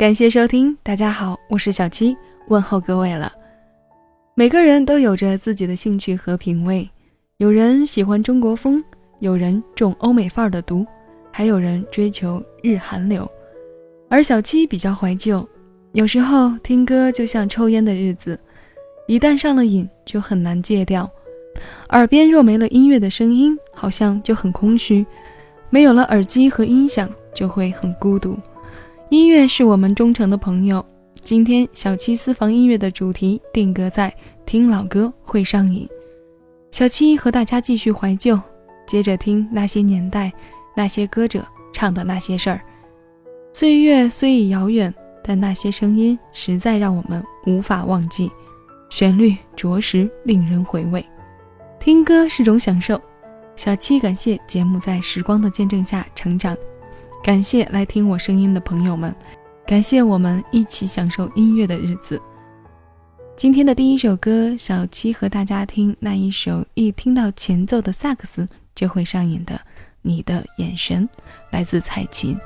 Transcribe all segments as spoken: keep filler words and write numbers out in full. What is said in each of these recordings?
感谢收听，大家好，我是小七，问候各位了。每个人都有着自己的兴趣和品味，有人喜欢中国风，有人重欧美范儿的毒，还有人追求日韩流。而小七比较怀旧，有时候听歌就像抽烟的日子，一旦上了瘾就很难戒掉。耳边若没了音乐的声音，好像就很空虚，没有了耳机和音响就会很孤独。音乐是我们忠诚的朋友，今天小七私房音乐的主题定格在听老歌会上瘾。小七和大家继续怀旧，接着听那些年代那些歌者唱的那些事儿。岁月虽已遥远，但那些声音实在让我们无法忘记，旋律着实令人回味。听歌是种享受，小七感谢节目在时光的见证下成长，感谢来听我声音的朋友们，感谢我们一起享受音乐的日子。今天的第一首歌，小七和大家听那一首一听到前奏的萨克斯就会上瘾的《你的眼神》，来自蔡琴。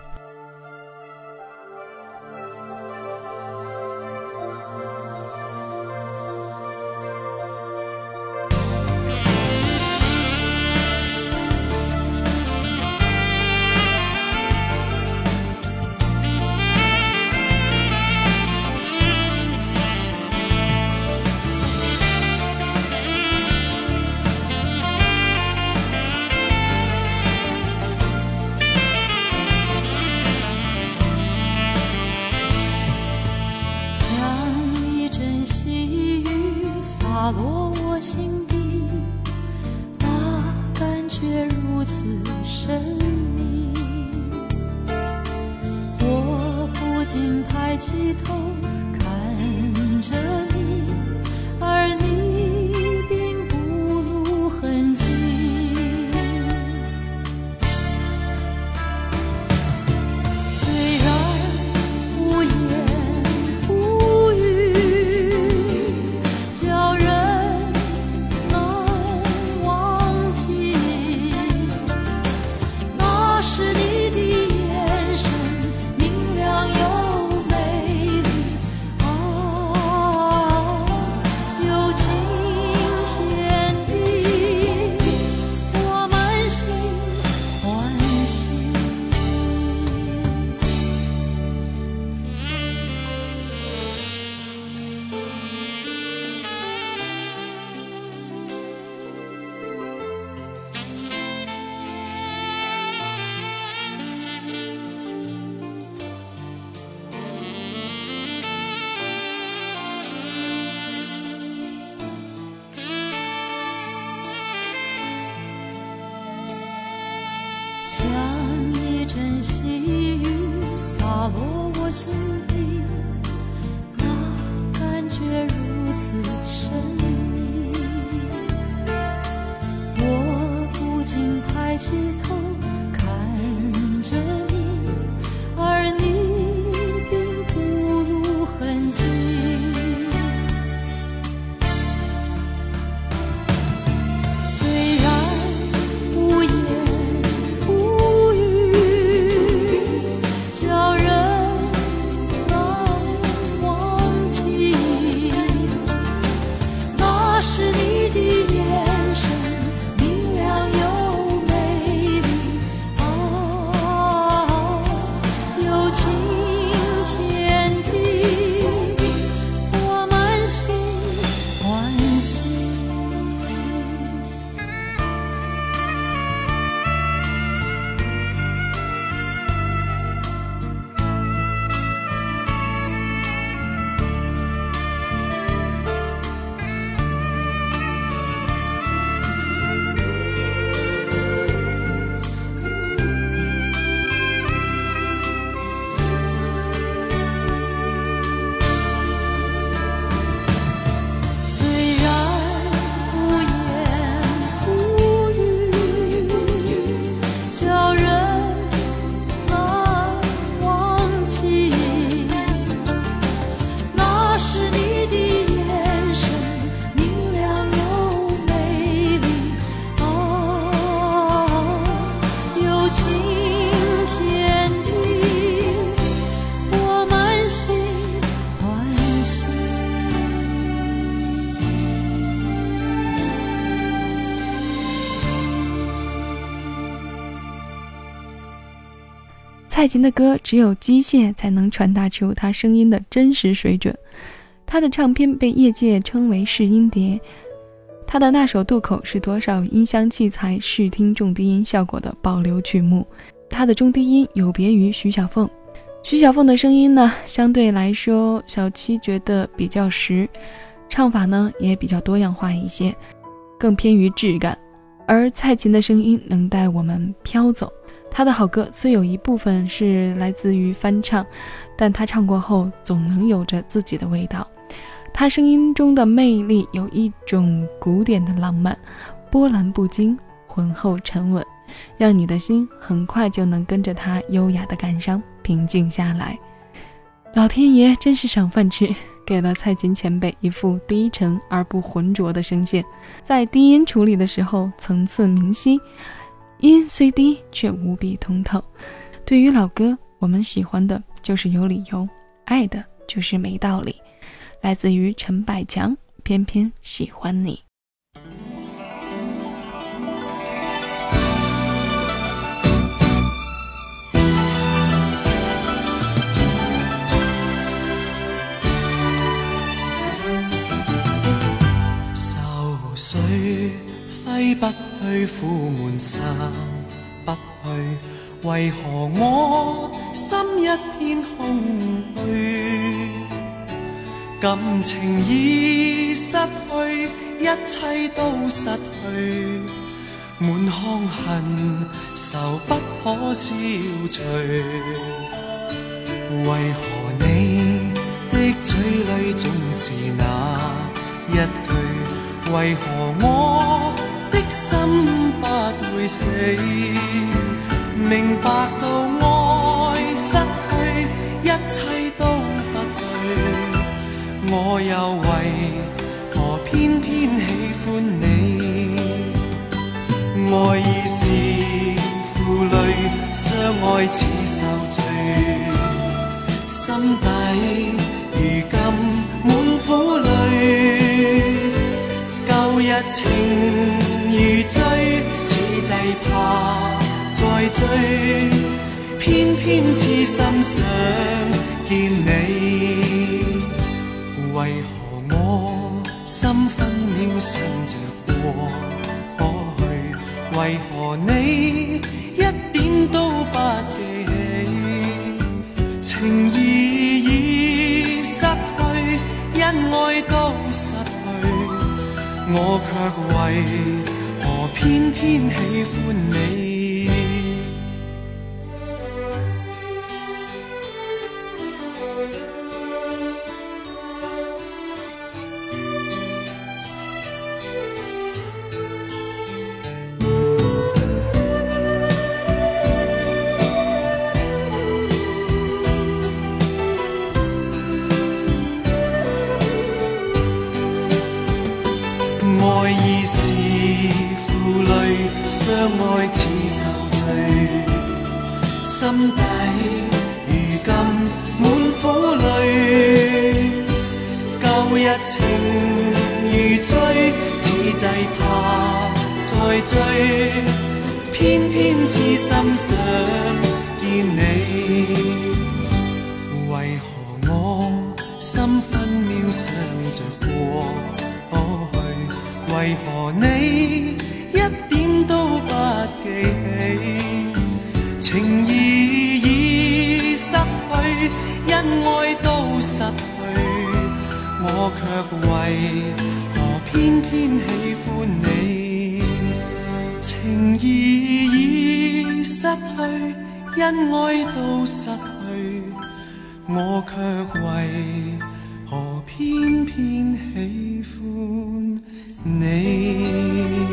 洒落我心底，那感觉如此神秘，我不禁抬起头看着你，而你并不露痕迹。虽然无言无语，叫人像一阵细雨洒落我心底，那感觉如此神秘，我不禁抬起头看着你，而你并不露痕迹。虽然无言是你的眼神明亮又美丽蔡琴的歌只有机械才能传达出她声音的真实水准。她的唱片被业界称为试音碟，她的那首《渡口》是多少音箱器材试听重低音效果的保留曲目。她的中低音有别于徐小凤，徐小凤的声音呢，相对来说小七觉得比较实，唱法呢也比较多样化一些，更偏于质感。而蔡琴的声音能带我们飘走。她的好歌虽有一部分是来自于翻唱，但她唱过后总能有着自己的味道。她声音中的魅力有一种古典的浪漫，波澜不惊，浑厚沉稳，让你的心很快就能跟着她优雅的感伤平静下来。老天爷真是赏饭吃，给了蔡琴前辈一副低沉而不浑浊的声线，在低音处理的时候层次明晰，音虽低却无比通透。对于老歌，我们喜欢的就是有理由，爱的就是没道理。来自于陈百强，偏偏喜欢你。 愁緒揮不去，苦悶散不去，為何我心一片空虛？感情已失去，一切都失去，滿腔恨愁不可消除。為何你的嘴裡總是那一句？為何我的心不會死？明白到愛失去，一切都不對。我又為何偏偏喜歡你？愛已是負累，相愛似受罪，心底如今滿苦淚。舊日情如醉，此際怕再追，偏偏痴心想見你。為何我心分秒想着過可去？為何你一點都不記起？情義已失去，因愛都失去，我卻為何偏偏喜歡你？愛已是負累，相愛似受罪，心底如今滿苦淚。舊日情如醉，此際怕再追，偏偏痴心想見你。為何我心分秒想着過可去？為何你一點都不記起？情義已失去，因愛都失去，我卻為何偏偏喜歡你？情義已失去，因愛都失去，我卻為何偏偏喜歡你？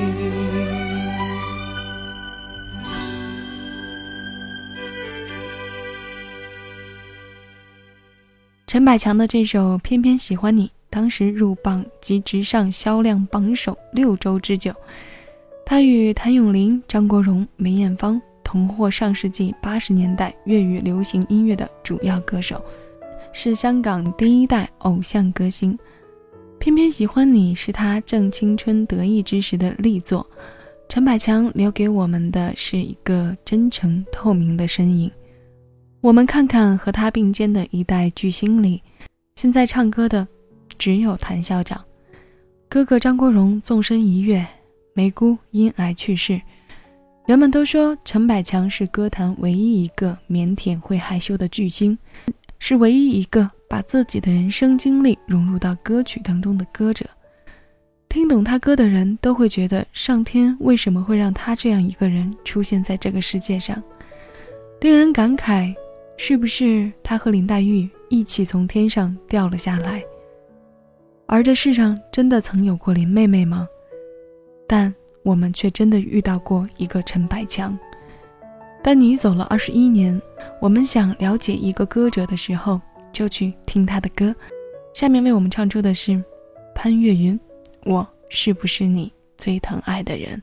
陈百强的这首《偏偏喜欢你》当时入榜及直上销量榜首六周之久。他与谭咏麟、张国荣、梅艳芳同获上世纪八十年代粤语流行音乐的主要歌手，是香港第一代偶像歌星。偏偏喜欢你是他正青春得意之时的力作，陈百强留给我们的是一个真诚透明的身影。 我们看看和他并肩的一代巨星里，现在唱歌的只有谭校长。哥哥张国荣纵身一跃，梅姑因癌去世。人们都说陈百强是歌坛唯一一个腼腆会害羞的巨星，是唯一一个把自己的人生经历融入到歌曲当中的歌者。听懂他歌的人都会觉得，上天为什么会让他这样一个人出现在这个世界上？令人感慨，是不是他和林黛玉一起从天上掉了下来？而这世上真的曾有过林妹妹吗？但我们却真的遇到过一个陈百强。当你走了二十一年，我们想了解一个歌者的时候，就去听他的歌。下面为我们唱出的是潘越云，我是不是你最疼爱的人？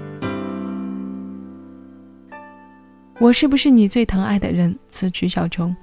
我是不是你最疼爱的人？词曲小虫。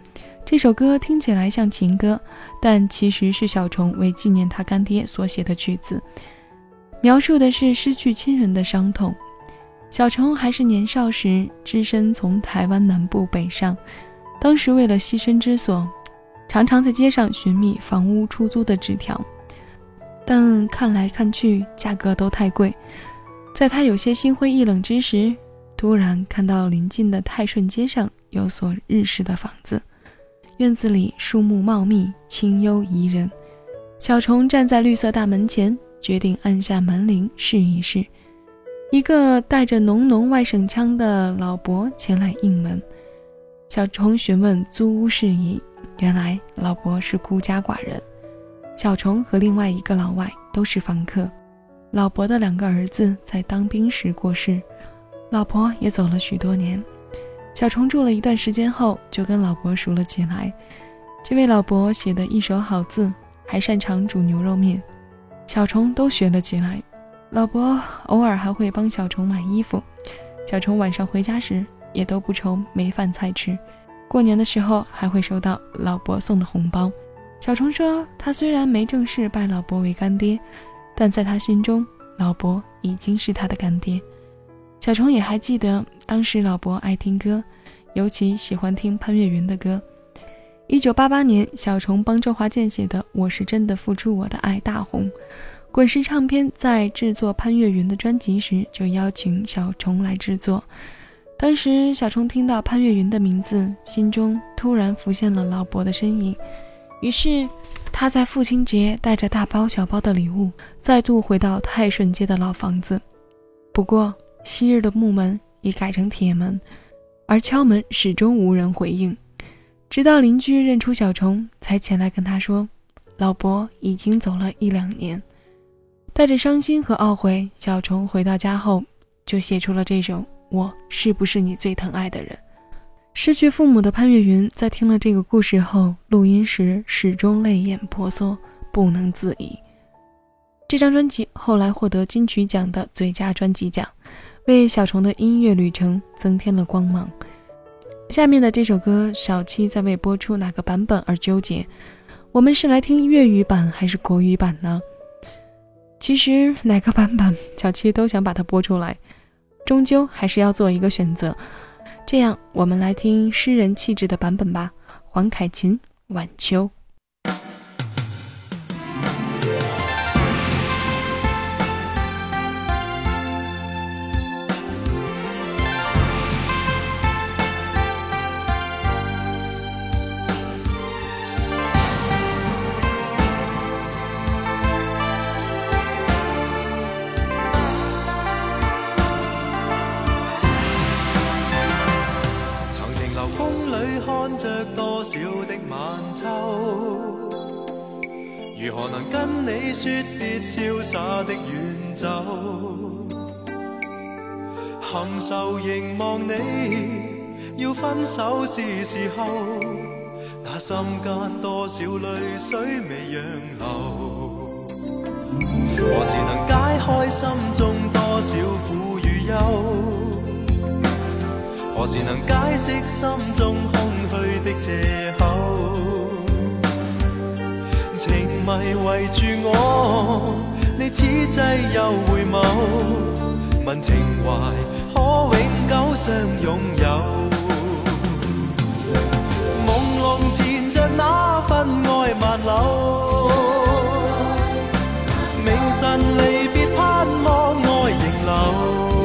这首歌听起来像情歌，但其实是小虫为纪念他干爹所写的曲子，描述的是失去亲人的伤痛。小虫还是年少时，只身从台湾南部北上，当时为了栖身之所，常常在街上寻觅房屋出租的纸条，但看来看去价格都太贵。在他有些心灰意冷之时，突然看到邻近的泰顺街上有所日式的房子，院子里树木茂密，清幽宜人。小虫站在绿色大门前，决定按下门铃试一试。一个带着浓浓外省腔的老伯前来应门，小虫询问租屋事宜，原来老伯是孤家寡人，小虫和另外一个老外都是房客。老伯的两个儿子在当兵时过世，老婆也走了许多年。小虫住了一段时间后，就跟老伯熟了起来。这位老伯写的一手好字，还擅长煮牛肉面，小虫都学了起来。老伯偶尔还会帮小虫买衣服，小虫晚上回家时也都不愁没饭菜吃。过年的时候还会收到老伯送的红包。小虫说，他虽然没正式拜老伯为干爹，但在他心中，老伯已经是他的干爹。小虫也还记得，当时老伯爱听歌，尤其喜欢听潘越云的歌。一九八八年，小虫帮周华健写的《我是真的付出我的爱》大红。滚石唱片在制作潘越云的专辑时，就邀请小虫来制作。当时小虫听到潘越云的名字，心中突然浮现了老伯的身影，于是他在父亲节带着大包小包的礼物，再度回到泰顺街的老房子。不过昔日的木门已改成铁门，而敲门始终无人回应，直到邻居认出小虫，才前来跟他说，老伯已经走了一两年。带着伤心和懊悔，小虫回到家后就写出了这首《我是不是你最疼爱的人》。失去父母的潘越云在听了这个故事后，录音时始终泪眼婆娑，不能自已。这张专辑后来获得金曲奖的最佳专辑奖，为小虫的音乐旅程增添了光芒。下面的这首歌，小七在为播出哪个版本而纠结，我们是来听粤语版还是国语版呢？其实哪个版本小七都想把它播出来，终究还是要做一个选择。这样我们来听诗人气质的版本吧，黄凯芹《晚秋》。 如何能跟你說別瀟灑的遠走？含愁凝望你，要分手是時候，那心間多少淚水未讓流？何時能解開心中多少苦與憂？何時能解釋心中空虛的藉口？情迷圍住我，你此際又回眸，問情懷可永久相擁有。朦朧纏着那份愛萬縷，明晨離別盼望愛仍留，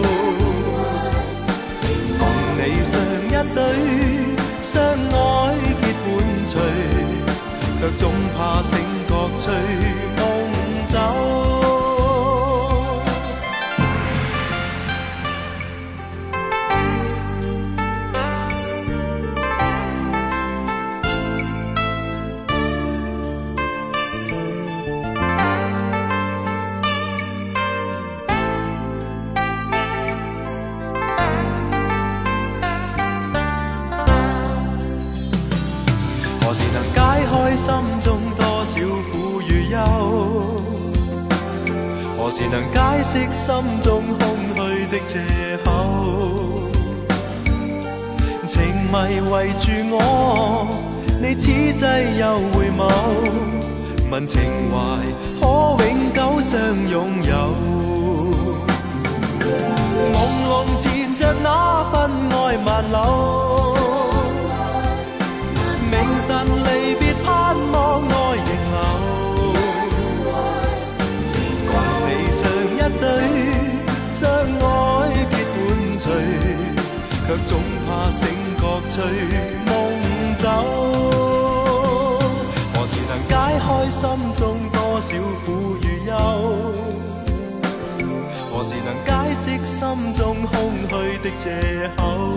共你上一對相愛結伴隨，卻總怕醒覺隨夢走。何時能解開心中多少苦與憂？何時能解釋心中空虛的藉口？情迷圍住我， 你此際又回眸，問情懷可永久相擁有。朦朧纏着那份愛萬縷，明晨離別盼望愛仍留，共離場一對，相愛結伴隨，卻總怕醒覺隨夢走。何時能解開心中多少苦與憂？何時能解釋心中空虛的藉口？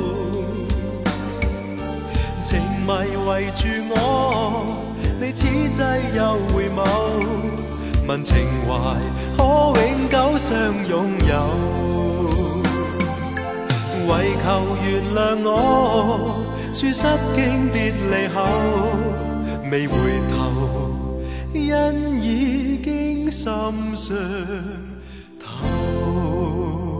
情迷圍住我，你此際又回眸，問情懷可永久相擁有。為求原諒我，說失經別離後，未回頭，因已經心傷透。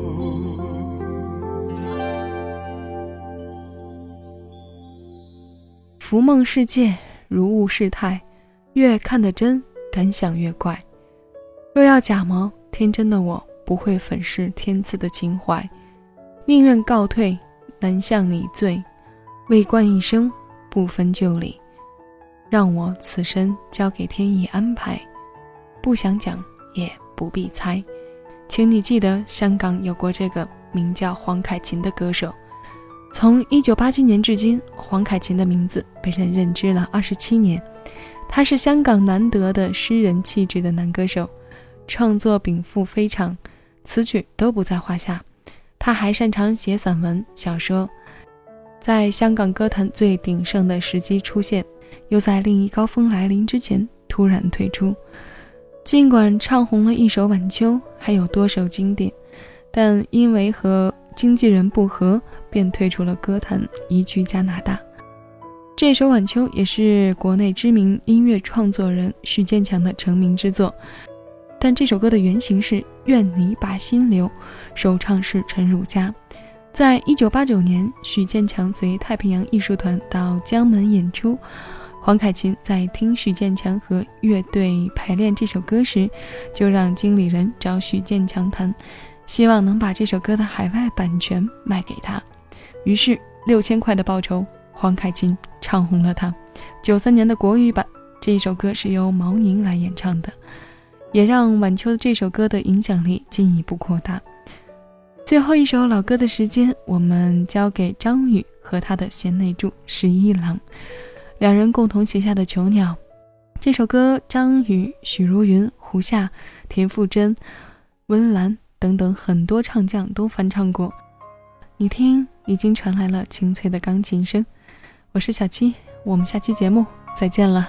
浮梦世界，如雾世态，越看得真，敢想越怪。若要假模，天真的我不会粉饰天赐的情怀，宁愿告退，难向你醉。为冠一生，不分旧里，让我此生交给天意安排。不想讲，也不必猜。请你记得，香港有过这个名叫黄凯芹的歌手。从一九八七年至今，黄凯芹的名字被人认知了二十七年。他是香港难得的诗人气质的男歌手，创作禀赋非常，词曲都不在话下。他还擅长写散文、小说，在香港歌坛最鼎盛的时机出现，又在另一高峰来临之前突然退出。尽管唱红了一首《晚秋》，还有多首经典，但因为和经纪人不和，便退出了歌坛，移居加拿大。这首《晚秋》也是国内知名音乐创作人许建强的成名之作，但这首歌的原型是《愿你把心留》，首唱是陈汝佳。在一九八九年，许建强随太平洋艺术团到江门演出，黄凯芹在听许建强和乐队排练这首歌时，就让经理人找许建强谈，希望能把这首歌的海外版权卖给他。于是六千块的报酬，黄凯芹唱红了他。九三年的国语版，这首歌是由毛宁来演唱的，也让晚秋这首歌的影响力进一步扩大。最后一首老歌的时间，我们交给张宇和他的贤内助十一郎，两人共同写下的《囚鸟》这首歌，张宇、许茹芸、胡夏、田馥甄、温岚等等很多唱将都翻唱过。你听，已经传来了清脆的钢琴声。我是小七，我们下期节目再见了。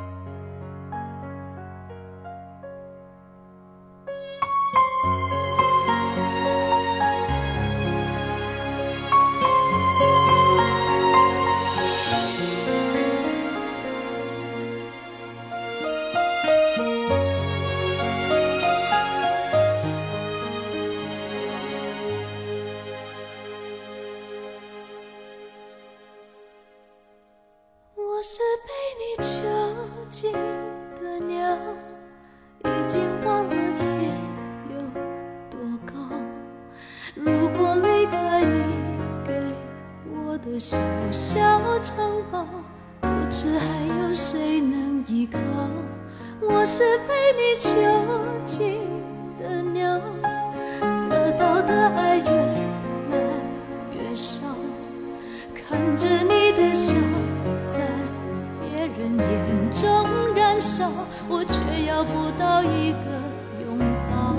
我是被你囚禁的鸟，已经忘了天有多高。如果离开你给我的小小城堡，不知还有谁能依靠。我是被你囚禁的鸟，得到的爱越来越少，看着你的笑在别人眼中燃烧，我却要不到一个拥抱。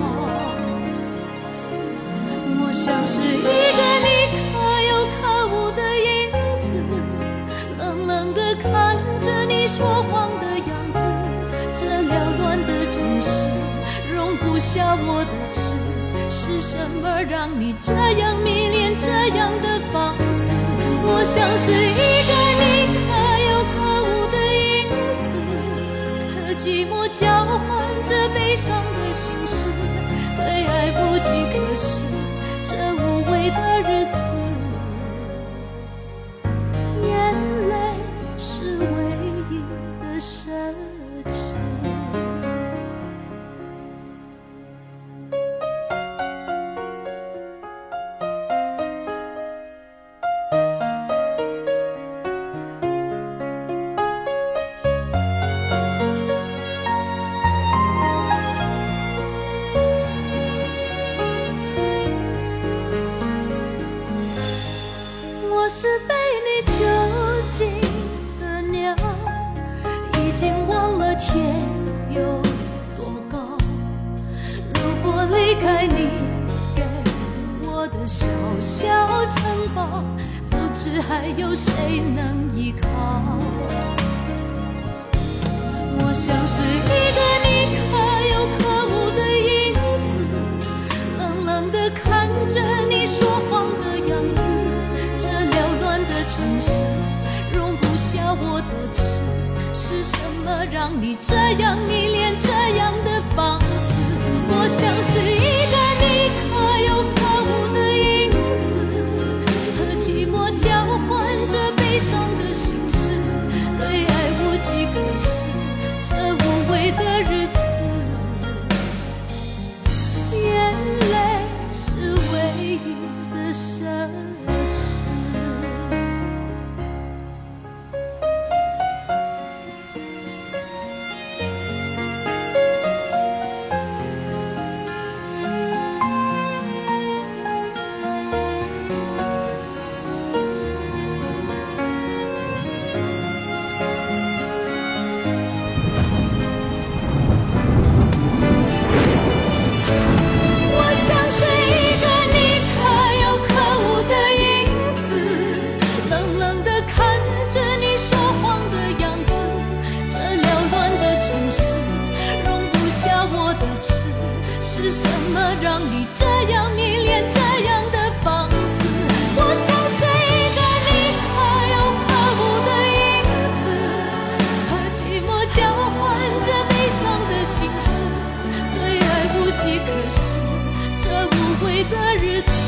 我像是一个你可有可无的影子，冷冷地看着你说谎的样子。这缭乱的城市容不下我的痴，是什么让你这样迷恋这样的放肆？我像是一个你可有可无的影子，和寂寞交换着悲伤的心事，对爱不计可施，这无味的日子，眼泪是唯一。 开你给我的小小城堡，不知还有谁能依靠。我像是一个你可有可无的影子，冷冷地看着你说谎的样子。这缭乱的城市容不下我的痴，是什么让你这样迷恋，这样的放肆？我像是一个你可有可无的影子，和寂寞交换着悲伤的心事，对爱无计可施，这无味的日子，眼泪是唯一的奢侈。是什么让你这样迷恋，这样的放肆？我像是一个你可有可无的影子，和寂寞交换着悲伤的心事，对爱无计可施，这无味的日子。